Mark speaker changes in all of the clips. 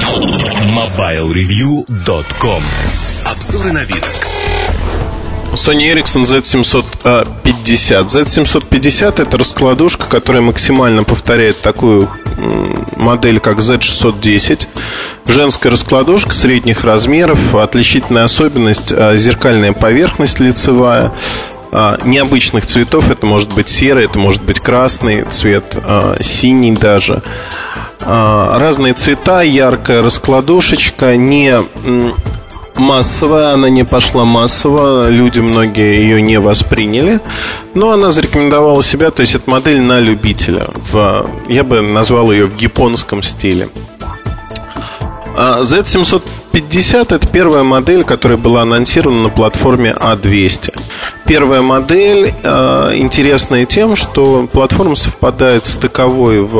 Speaker 1: MobileReview.com. Обзоры новинок.
Speaker 2: Sony Ericsson Z750. Z750 — это раскладушка, которая максимально повторяет такую модель, как Z610. Женская раскладушка средних размеров. Отличительная особенность — зеркальная поверхность лицевая. Необычных цветов. Это может быть серый, это может быть красный цвет, синий даже. Разные цвета, яркая раскладушечка, не массовая, она не пошла массово. Люди многие ее не восприняли, но она зарекомендовала себя. То есть это модель на любителя. Я бы назвал ее в японском стиле. Z750 — это первая модель, которая была анонсирована на платформе A200. Первая модель интересная тем, что платформа совпадает стыковой в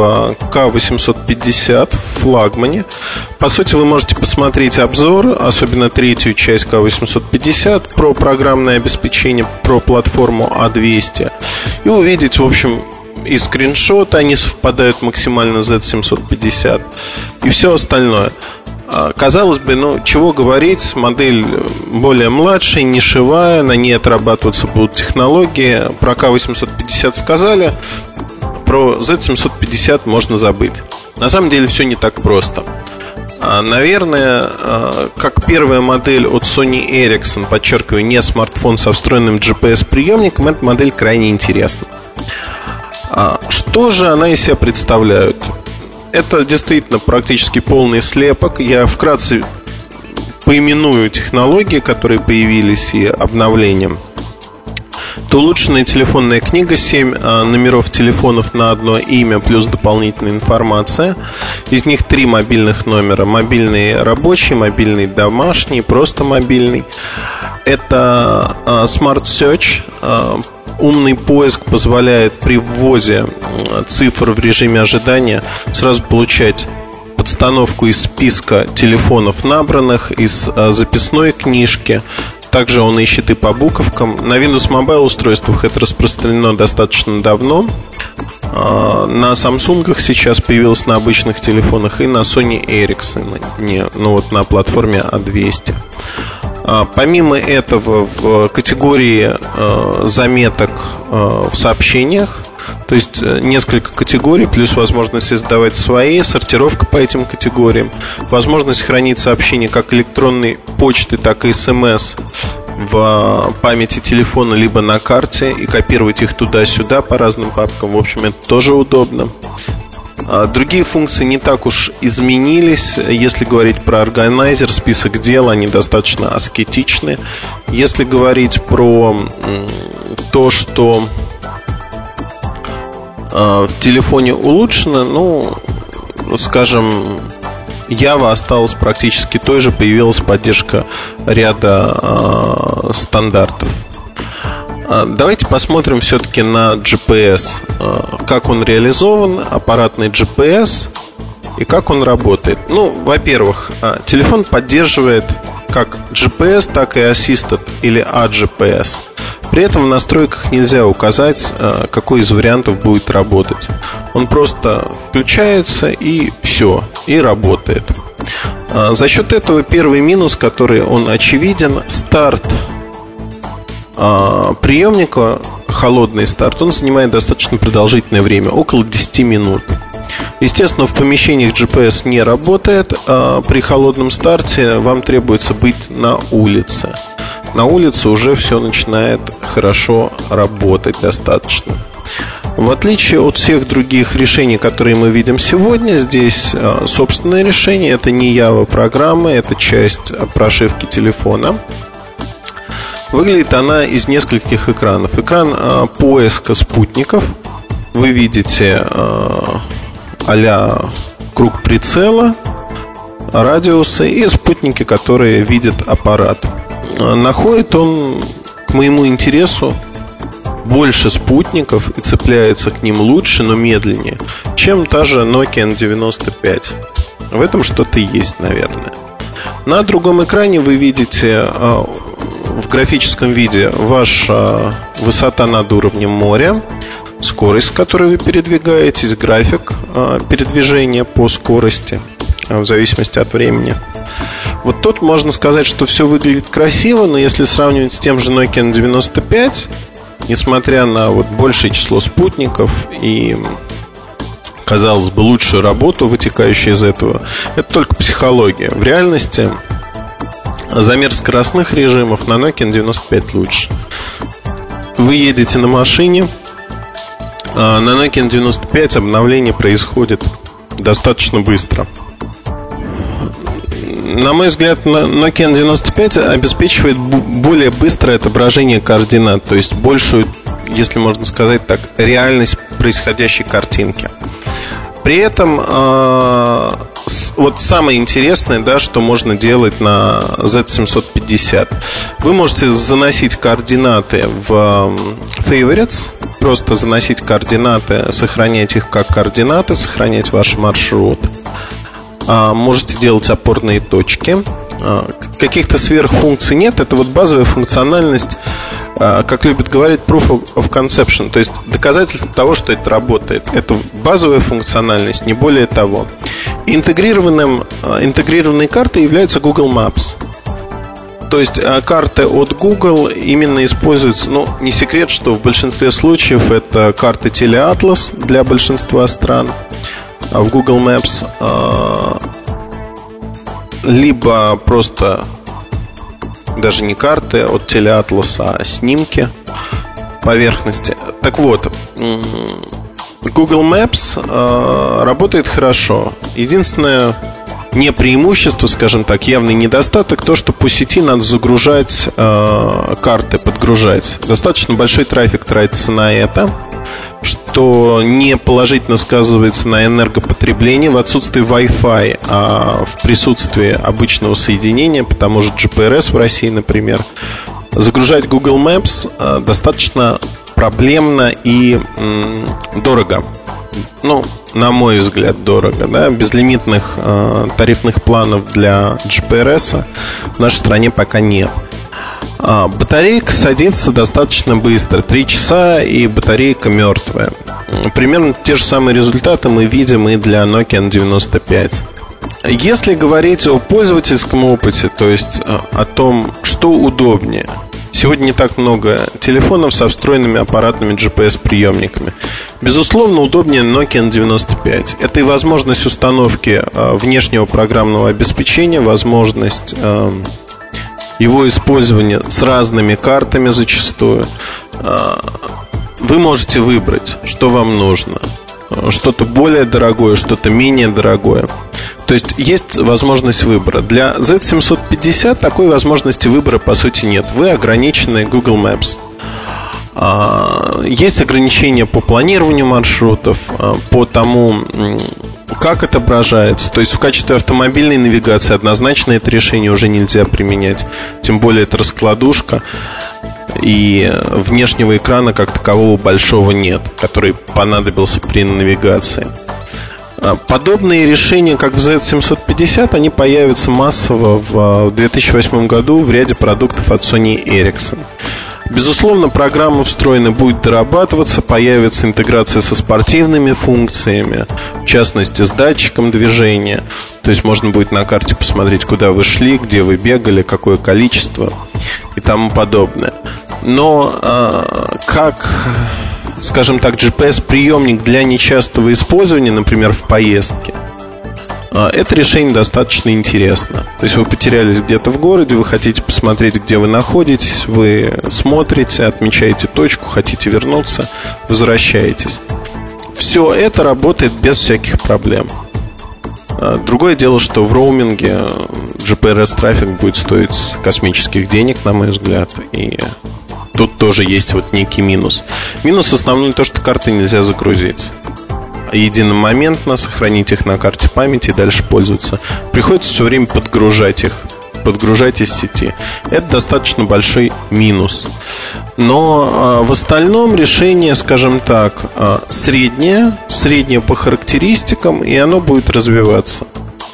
Speaker 2: K850 в флагмане. По сути, вы можете посмотреть обзор, особенно третью часть K850, про программное обеспечение, про платформу A200, и увидеть, в общем, и скриншоты, они совпадают максимально с Z750, и все остальное. Казалось бы, чего говорить, модель более младшая, нишевая, на ней отрабатываться будут технологии. Про K850 сказали, про Z750 можно забыть. На самом деле все не так просто. Наверное, как первая модель от Sony Ericsson, подчеркиваю, не смартфон со встроенным GPS-приемником, эта модель крайне интересна. Что же она из себя представляет? Это действительно практически полный слепок. Я вкратце поименую технологии, которые появились, и обновлением. Это улучшенная телефонная книга, 7 номеров телефонов на одно имя, плюс дополнительная информация. Из них 3 мобильных номера. Мобильный рабочий, мобильный домашний, просто мобильный. Это Smart Search. Умный поиск позволяет при вводе цифр в режиме ожидания сразу получать подстановку из списка телефонов набранных, из записной книжки. Также он ищет и по буковкам. На Windows Mobile устройствах это распространено достаточно давно. На Samsung сейчас появилось, на обычных телефонах, и на Sony Ericsson, на платформе A200. Помимо этого, в категории заметок в сообщениях, то есть несколько категорий, плюс возможность создавать свои, сортировка по этим категориям, возможность хранить сообщения как электронной почты, так и СМС в памяти телефона либо на карте и копировать их туда-сюда по разным папкам. В общем, это тоже удобно. Другие функции не так уж изменились. Если говорить про органайзер, список дел, они достаточно аскетичны. Если говорить про то, что в телефоне улучшено, скажем, Java осталась практически той же, появилась поддержка ряда стандартов. Давайте посмотрим все-таки на GPS, как он реализован, аппаратный GPS, и как он работает. Во-первых, телефон поддерживает как GPS, так и Assisted или AGPS. При этом в настройках нельзя указать, какой из вариантов будет работать. Он просто включается и все, и работает. За счет этого первый минус, который он очевиден, старт приемника, холодный старт, он занимает достаточно продолжительное время, около 10 минут. Естественно, в помещениях GPS не работает. При холодном старте вам требуется быть на улице. На улице уже все начинает хорошо работать достаточно. В отличие от всех других решений, которые мы видим сегодня, здесь собственное решение. Это не Java программа, это часть прошивки телефона. Выглядит она из нескольких экранов. Экран поиска спутников. Вы видите а-ля круг прицела, радиусы и спутники, которые видят аппарат. Находит он, к моему интересу, больше спутников и цепляется к ним лучше, но медленнее, чем та же Nokia N95. В этом что-то есть, наверное. На другом экране вы видите в графическом виде ваша высота над уровнем моря, скорость, с которой вы передвигаетесь, график передвижения по скорости. в зависимости от времени. Вот тут можно сказать, что все выглядит красиво, но если сравнивать с тем же Nokia N95, несмотря на вот большее число спутников и, казалось бы, лучшую работу, вытекающую из этого, это только психология. В реальности замер скоростных режимов на Nokia N95 лучше. Вы едете на машине, на Nokia N95 обновление происходит достаточно быстро. На мой взгляд, Nokia N95 обеспечивает более быстрое отображение координат, то есть большую, если можно сказать так, реальность происходящей картинки. При этом вот самое интересное, да, что можно делать на Z750. Вы можете заносить координаты в favorites, просто заносить координаты, сохранять их как координаты, сохранять ваш маршрут. Можете делать опорные точки. Каких-то сверхфункций нет. Это вот базовая функциональность, как любят говорить, proof of conception, то есть доказательство того, что это работает. Это базовая функциональность, не более того. Интегрированной картой является Google Maps. То есть карты от Google именно используются. Ну, не секрет, что в большинстве случаев это карты Teleatlas для большинства стран в Google Maps, либо просто даже не карты от Teleatlas, а снимки поверхности. Так вот, Google Maps работает хорошо. Единственное не преимущество, скажем так, явный недостаток, то, что по сети надо загружать карты, подгружать. Достаточно большой трафик тратится на это, что не положительно сказывается на энергопотреблении в отсутствии Wi-Fi, а в присутствии обычного соединения, по тому же GPRS в России, например. Загружать Google Maps достаточно проблемно и дорого. Ну, на мой взгляд, дорого, да? Безлимитных тарифных планов для GPRS в нашей стране пока нет. Батарейка садится достаточно быстро, 3 часа, и батарейка мертвая. Примерно те же самые результаты мы видим и для Nokia N95. Если говорить о пользовательском опыте, то есть о том, что удобнее. Сегодня не так много телефонов со встроенными аппаратными GPS-приемниками. Безусловно, удобнее Nokia N95. Это и возможность установки внешнего программного обеспечения, возможность его использования с разными картами зачастую. Вы можете выбрать, что вам нужно. Что-то более дорогое, что-то менее дорогое. То есть есть возможность выбора. Для Z750 такой возможности выбора по сути нет. Вы ограничены Google Maps. Есть ограничения по планированию маршрутов, по тому, как отображается. То есть в качестве автомобильной навигации однозначно это решение уже нельзя применять. Тем более это раскладушка, и внешнего экрана как такового большого нет, который понадобился при навигации. Подобные решения, как в Z750, они появятся массово в 2008 году в ряде продуктов от Sony Ericsson. Безусловно, программа встроена будет дорабатываться, появится интеграция со спортивными функциями, в частности с датчиком движения. То есть можно будет на карте посмотреть, куда вы шли, где вы бегали, какое количество и тому подобное. Но как, скажем так, GPS-приемник для нечастого использования, например, в поездке, это решение достаточно интересно. То есть вы потерялись где-то в городе, вы хотите посмотреть, где вы находитесь, вы смотрите, отмечаете точку, хотите вернуться, возвращаетесь. Все это работает без всяких проблем. Другое дело, что в роуминге GPRS-трафик будет стоить космических денег, на мой взгляд. И тут тоже есть вот некий минус. Минус основной то, что карты нельзя загрузить единомоментно, сохранить их на карте памяти и дальше пользоваться. Приходится все время подгружать их, подгружать из сети. Это достаточно большой минус. Но в остальном решение, скажем так, среднее по характеристикам, и оно будет развиваться.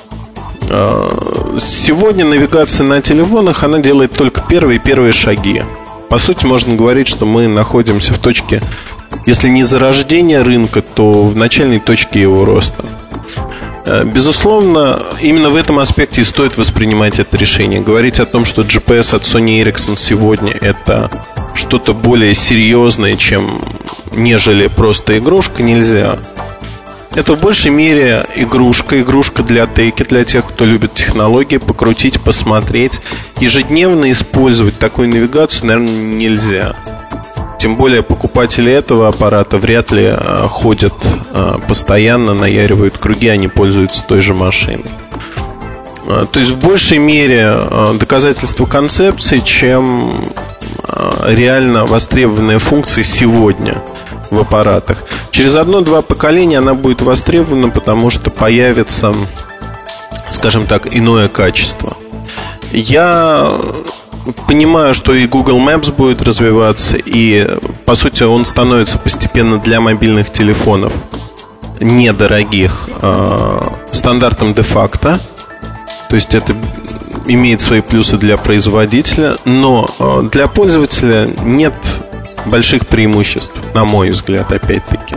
Speaker 2: Сегодня навигация на телефонах, она делает только первые шаги. По сути, можно говорить, что мы находимся в точке, если не зарождения рынка, то в начальной точке его роста. Безусловно, именно в этом аспекте и стоит воспринимать это решение. Говорить о том, что GPS от Sony Ericsson сегодня это что-то более серьезное, нежели просто игрушка, нельзя. Это в большей мере игрушка для тейки, для тех, кто любит технологии, покрутить, посмотреть. Ежедневно использовать такую навигацию, наверное, нельзя. Тем более покупатели этого аппарата вряд ли ходят постоянно, наяривают круги, они пользуются той же машиной. То есть в большей мере доказательство концепции, чем реально востребованные функции сегодня в аппаратах. Через 1-2 поколения она будет востребована, потому что появится, скажем так, иное качество. Я понимаю, что и Google Maps будет развиваться, и, по сути, он становится постепенно для мобильных телефонов недорогих стандартом де-факто. То есть это имеет свои плюсы для производителя, но для пользователя нет больших преимуществ, на мой взгляд, опять-таки.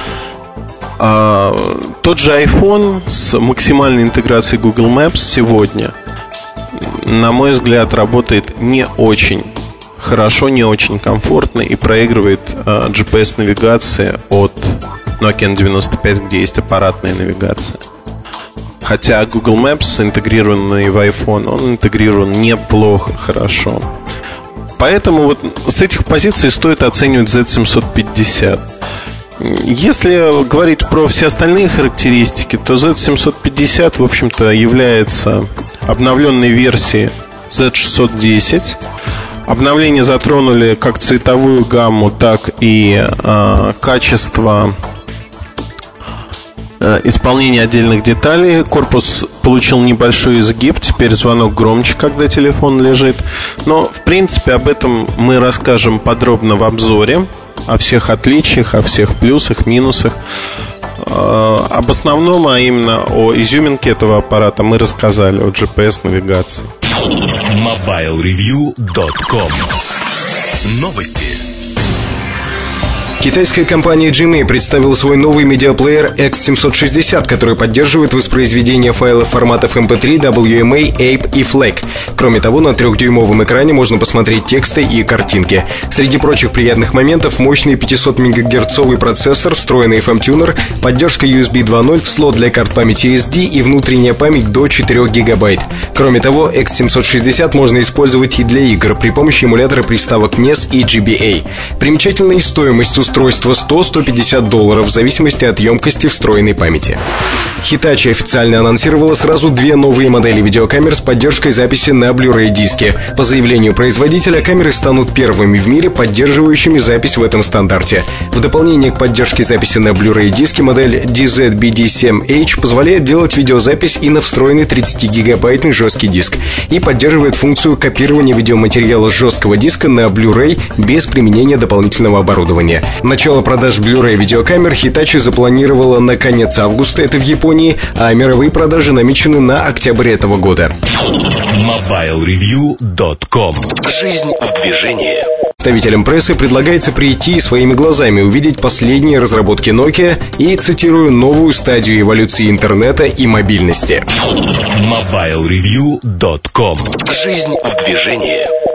Speaker 2: Тот же iPhone с максимальной интеграцией Google Maps сегодня, на мой взгляд, работает не очень хорошо, не очень комфортно и проигрывает GPS-навигации от Nokia N95, где есть аппаратная навигация. Хотя Google Maps, интегрированный в iPhone, он интегрирован неплохо, хорошо. Поэтому вот с этих позиций стоит оценивать Z750. Если говорить про все остальные характеристики, то Z750, в общем-то, является обновленной версией Z610. Обновления затронули как цветовую гамму, так и качество исполнения отдельных деталей. Корпус получил небольшой изгиб. Теперь звонок громче, когда телефон лежит. Но, в принципе, об этом мы расскажем подробно в обзоре. О всех отличиях, о всех плюсах, минусах. Об основном, а именно о изюминке этого аппарата мы рассказали, о GPS-навигации.
Speaker 1: MobileReview.com. Новости.
Speaker 3: Китайская компания GMA представила свой новый медиаплеер X760, который поддерживает воспроизведение файлов форматов MP3, WMA, APE и FLAC. Кроме того, на 3-дюймовом экране можно посмотреть тексты и картинки. Среди прочих приятных моментов мощный 500 МГц процессор, встроенный FM-тюнер, поддержка USB 2.0, слот для карт памяти SD и внутренняя память до 4 ГБ. Кроме того, X760 можно использовать и для игр при помощи эмулятора приставок NES и GBA. Примечательной стоимость устройства $100-150 в зависимости от емкости встроенной памяти. Hitachi официально анонсировала сразу 2 новые модели видеокамер с поддержкой записи на Blu-ray диске. По заявлению производителя, камеры станут первыми в мире, поддерживающими запись в этом стандарте. В дополнение к поддержке записи на Blu-ray диске, модель DZ-BD7H позволяет делать видеозапись и на встроенный 30-гигабайтный жесткий диск и поддерживает функцию копирования видеоматериала с жесткого диска на Blu-ray без применения дополнительного оборудования. Начало продаж Blu-ray видеокамер Hitachi запланировала на конец августа, это в Японии, а мировые продажи намечены на октябрь этого года.
Speaker 1: MobileReview.com. Жизнь в движении.
Speaker 3: Представителям прессы предлагается прийти и своими глазами увидеть последние разработки Nokia и, цитирую, новую стадию эволюции интернета и мобильности.
Speaker 1: MobileReview.com. Жизнь в движении.